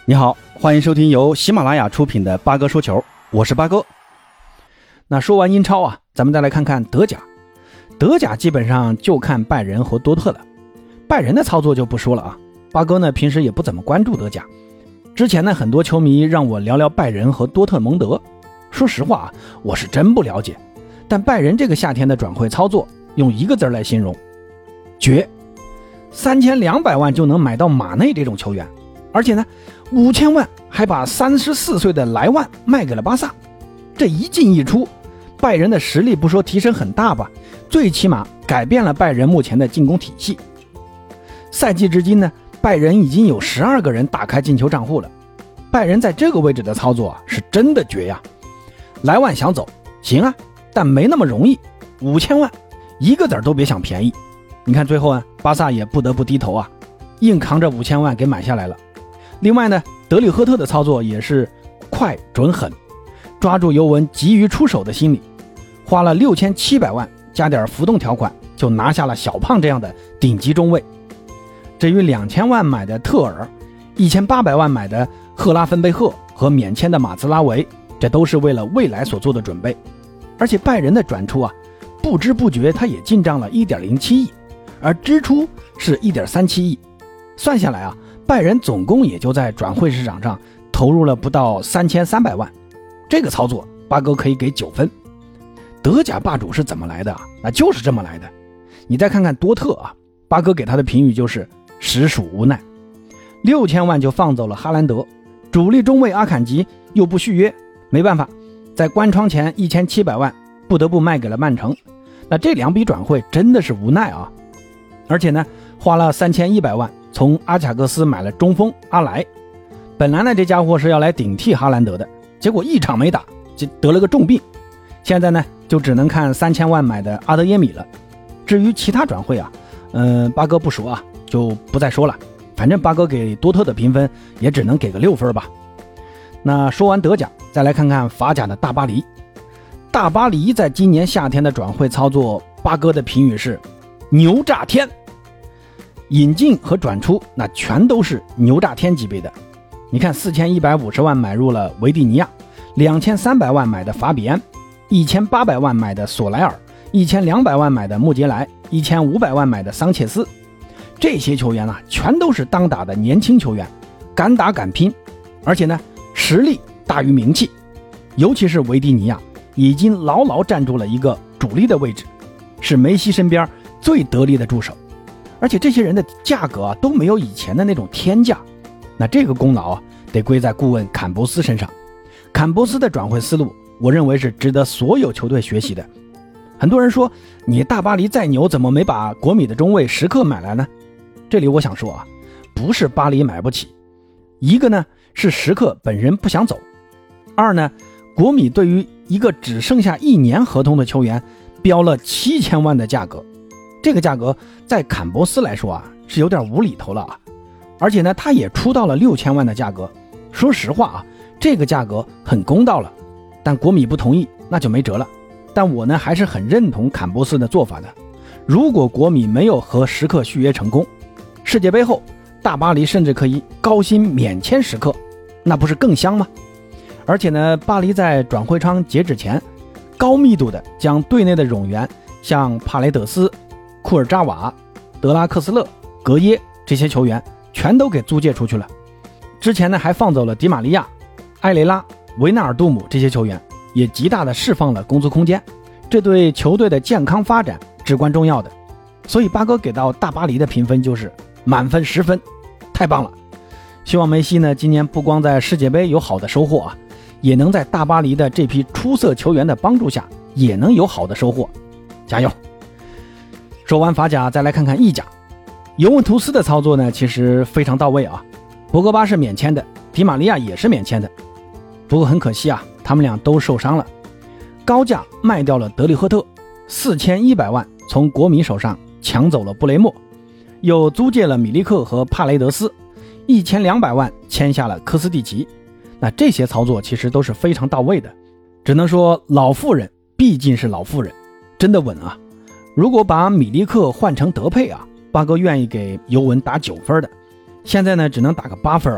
你好，欢迎收听由喜马拉雅出品的八哥说球，我是八哥。那说完英超啊，咱们再来看看德甲。德甲基本上就看拜仁和多特了，拜仁的操作就不说了啊。八哥呢平时也不怎么关注德甲，之前呢很多球迷让我聊聊拜仁和多特蒙德，说实话啊，我是真不了解。但拜仁这个夏天的转会操作，用一个字来形容，绝。3200万就能买到马内这种球员，而且呢5000万还把34岁的莱万卖给了巴萨。这一进一出，拜仁的实力不说提升很大吧，最起码改变了拜仁目前的进攻体系。赛季至今呢，拜仁已经有12个人打开进球账户了。拜仁在这个位置的操作啊，是真的绝呀。莱万想走行啊，但没那么容易，5000万一个子都别想便宜。你看最后啊，巴萨也不得不低头啊，硬扛着5000万给买下来了。另外呢，德里赫特的操作也是快准狠，抓住尤文急于出手的心理，花了6700万加点浮动条款，就拿下了小胖这样的顶级中卫。至于2000万买的特尔，1800万买的赫拉芬贝赫和免签的马兹拉维，这都是为了未来所做的准备。而且拜仁的转出啊，不知不觉他也进账了 1.07 亿，而支出是 1.37 亿，算下来啊，拜仁总共也就在转会市场上投入了不到3300万。这个操作八哥可以给9分。德甲霸主是怎么来的啊？那就是这么来的。你再看看多特啊，八哥给他的评语就是实属无奈。6000万就放走了哈兰德，主力中卫阿坎吉又不续约，没办法，在关窗前1700万不得不卖给了曼城。那这两笔转会真的是无奈啊。而且呢，花了3100万从阿贾克斯买了中锋阿莱。本来呢这家伙是要来顶替哈兰德的，结果一场没打就得了个重病，现在呢就只能看3000万买的阿德耶米了。至于其他转会啊，八哥不说啊，就不再说了。反正八哥给多特的评分也只能给个6分吧。那说完德甲，再来看看法甲的大巴黎。大巴黎在今年夏天的转会操作，八哥的评语是牛炸天。引进和转出那全都是牛炸天级别的。你看4150万买入了维蒂尼亚，2300万买的法比安，1800万买的索莱尔，1200万买的穆杰莱，1500万买的桑切斯。这些球员啊，全都是当打的年轻球员，敢打敢拼，而且呢实力大于名气。尤其是维蒂尼亚已经牢牢站住了一个主力的位置，是梅西身边最得力的助手。而且这些人的价格啊都没有以前的那种天价，那这个功劳啊得归在顾问坎博斯身上。坎博斯的转会思路，我认为是值得所有球队学习的。很多人说你大巴黎再牛，怎么没把国米的中卫时刻买来呢？这里我想说啊，不是巴黎买不起，一个呢是时刻本人不想走，二呢国米对于一个只剩下1年合同的球员标了7000万的价格，这个价格在坎博斯来说啊是有点无厘头了啊。而且呢他也出到了6000万的价格，说实话啊，这个价格很公道了，但国米不同意，那就没辙了。但我呢还是很认同坎博斯的做法的。如果国米没有和时刻续约成功，世界杯后大巴黎甚至可以高薪免签时刻，那不是更香吗？而且呢，巴黎在转会窗截止前高密度的将队内的冗员像帕雷德斯、库尔扎瓦、德拉克斯勒、格耶这些球员全都给租借出去了。之前呢还放走了迪玛利亚、埃雷拉、维纳尔杜姆这些球员，也极大的释放了工资空间，这对球队的健康发展至关重要的。所以八哥给到大巴黎的评分就是满分10分，太棒了。希望梅西呢今年不光在世界杯有好的收获啊，也能在大巴黎的这批出色球员的帮助下也能有好的收获，加油。说完法甲，再来看看意甲。尤文图斯的操作呢其实非常到位啊，博格巴是免签的，迪玛利亚也是免签的。不过很可惜啊，他们俩都受伤了。高价卖掉了德里赫特，4100万从国米手上抢走了布雷默，又租借了米利克和帕雷德斯，1200万签下了科斯蒂奇。那这些操作其实都是非常到位的，只能说老妇人毕竟是老妇人，真的稳啊。如果把米利克换成德佩啊，八哥愿意给尤文打9分的。现在呢只能打个8分啊，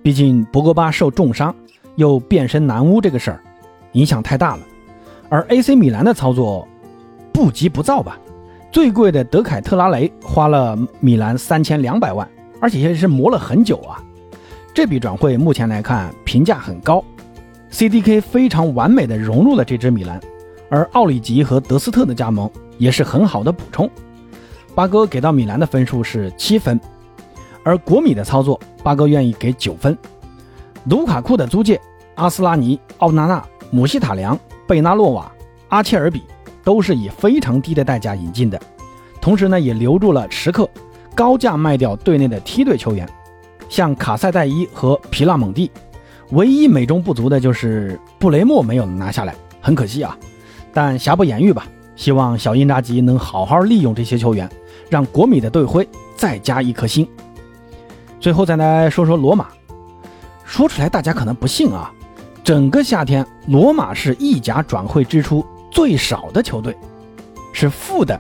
毕竟博格巴受重伤又变身男巫这个事儿影响太大了，而 AC 米兰的操作不急不躁吧。最贵的德凯特拉雷花了米兰3200万，而且也是磨了很久啊。这笔转会目前来看评价很高， CDK 非常完美的融入了这支米兰，而奥里吉和德斯特的加盟也是很好的补充。巴哥给到米兰的分数是7分，而国米的操作巴哥愿意给9分。卢卡库的租借，阿斯拉尼、奥纳纳、姆希塔良、贝纳洛瓦、阿切尔比都是以非常低的代价引进的，同时呢也留住了时刻高价卖掉队内的梯队球员，像卡塞戴伊和皮拉蒙蒂。唯一美中不足的就是布雷默没有拿下来，很可惜啊，但瑕不掩瑜吧，希望小因扎吉能好好利用这些球员，让国米的队徽再加一颗星。最后再来说说罗马，说出来大家可能不信啊，整个夏天罗马是意甲转会支出最少的球队，是负的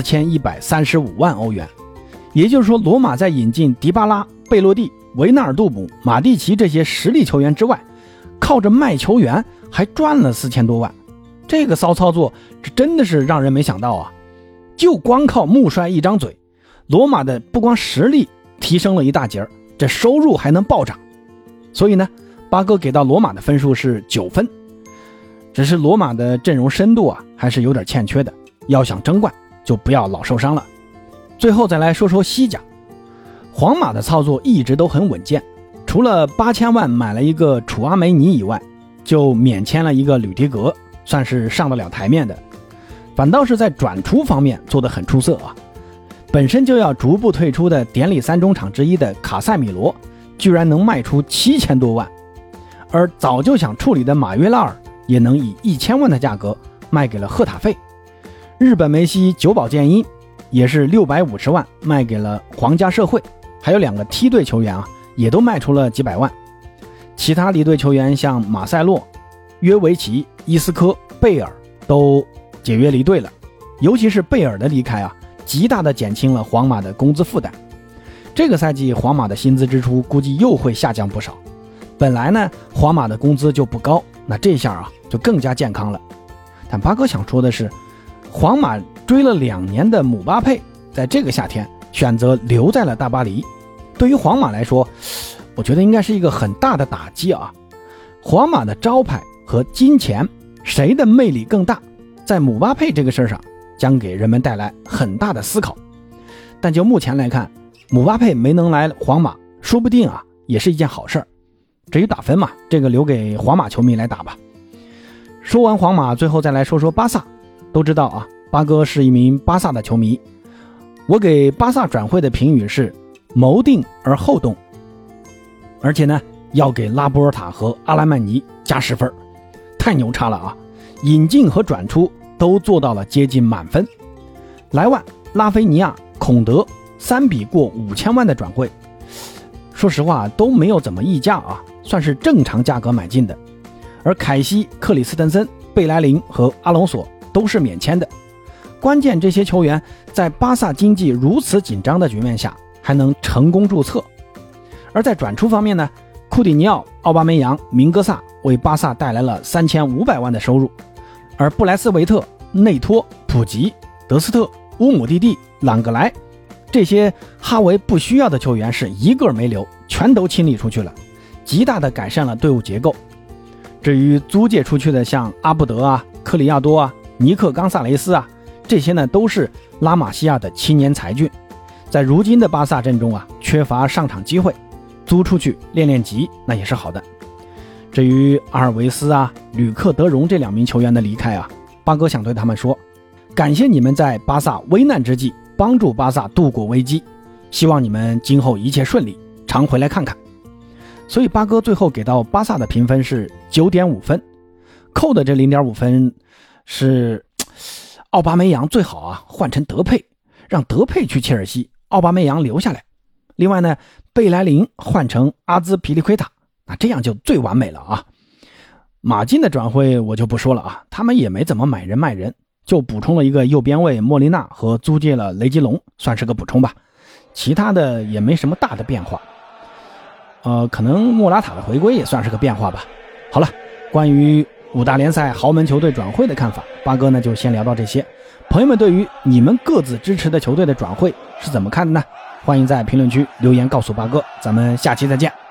4135万欧元。也就是说，罗马在引进迪巴拉、贝洛蒂、维纳尔杜姆、马蒂奇这些实力球员之外，靠着卖球员还赚了4000多万。这个骚操作这真的是让人没想到啊！就光靠穆帅一张嘴，罗马的不光实力提升了一大截，这收入还能暴涨。所以呢，巴哥给到罗马的分数是9分。只是罗马的阵容深度啊还是有点欠缺的，要想争冠就不要老受伤了。最后再来说说西甲，皇马的操作一直都很稳健，除了8000万买了一个楚阿梅尼以外，就免签了一个吕迪格，算是上得了台面的。反倒是在转出方面做得很出色啊，本身就要逐步退出的典礼3中场之一的卡塞米罗居然能卖出7000多万，而早就想处理的马约拉尔也能以1000万的价格卖给了赫塔费。日本梅西久保建英也是650万卖给了皇家社会，还有2个梯队球员啊也都卖出了几百万。其他离队球员像马塞洛、约维奇、伊斯科、贝尔都解约离队了，尤其是贝尔的离开啊，极大的减轻了皇马的工资负担。这个赛季皇马的薪资支出估计又会下降不少，本来呢皇马的工资就不高，那这下啊就更加健康了。但巴哥想说的是，皇马追了2年的姆巴佩在这个夏天选择留在了大巴黎，对于皇马来说我觉得应该是一个很大的打击啊。皇马的招牌和金钱谁的魅力更大，在姆巴佩这个事上将给人们带来很大的思考。但就目前来看，姆巴佩没能来皇马说不定啊也是一件好事儿。至于打分嘛，这个留给皇马球迷来打吧。说完皇马，最后再来说说巴萨。都知道啊，巴哥是一名巴萨的球迷，我给巴萨转会的评语是谋定而后动，而且呢要给拉波尔塔和阿拉曼尼加10分，太牛叉了啊！引进和转出都做到了接近满分。莱万、拉菲尼亚、孔德3笔过5000万的转会，说实话都没有怎么溢价啊，算是正常价格买进的。而凯西、克里斯滕森、贝莱林和阿隆索都是免签的。关键这些球员在巴萨经济如此紧张的局面下还能成功注册。而在转出方面呢，库蒂尼奥、奥巴梅扬、明戈萨为巴萨带来了3500万的收入，而布莱斯维特、内托、普吉、德斯特、乌姆蒂蒂、朗格莱这些哈维不需要的球员是一个没留，全都清理出去了，极大的改善了队伍结构。至于租借出去的像阿布德啊、克里亚多啊、尼克冈萨雷斯啊，这些呢都是拉玛西亚的青年才俊，在如今的巴萨阵中啊缺乏上场机会，租出去练练级那也是好的。至于阿尔维斯啊、吕克德容这2名球员的离开啊，巴哥想对他们说，感谢你们在巴萨危难之际帮助巴萨度过危机，希望你们今后一切顺利，常回来看看。所以巴哥最后给到巴萨的评分是 9.5 分，扣的这 0.5 分是奥巴梅扬最好啊换成德佩，让德佩去切尔西，奥巴梅扬留下来。另外呢，贝莱林换成阿兹皮利奎塔，那这样就最完美了啊。马竞的转会我就不说了啊，他们也没怎么买人卖人，就补充了一个右边卫莫利纳和租借了雷吉隆，算是个补充吧，其他的也没什么大的变化。 可能莫拉塔的回归也算是个变化吧。好了，关于5大联赛豪门球队转会的看法，八哥呢就先聊到这些。朋友们对于你们各自支持的球队的转会是怎么看的呢？欢迎在评论区留言告诉八哥，咱们下期再见。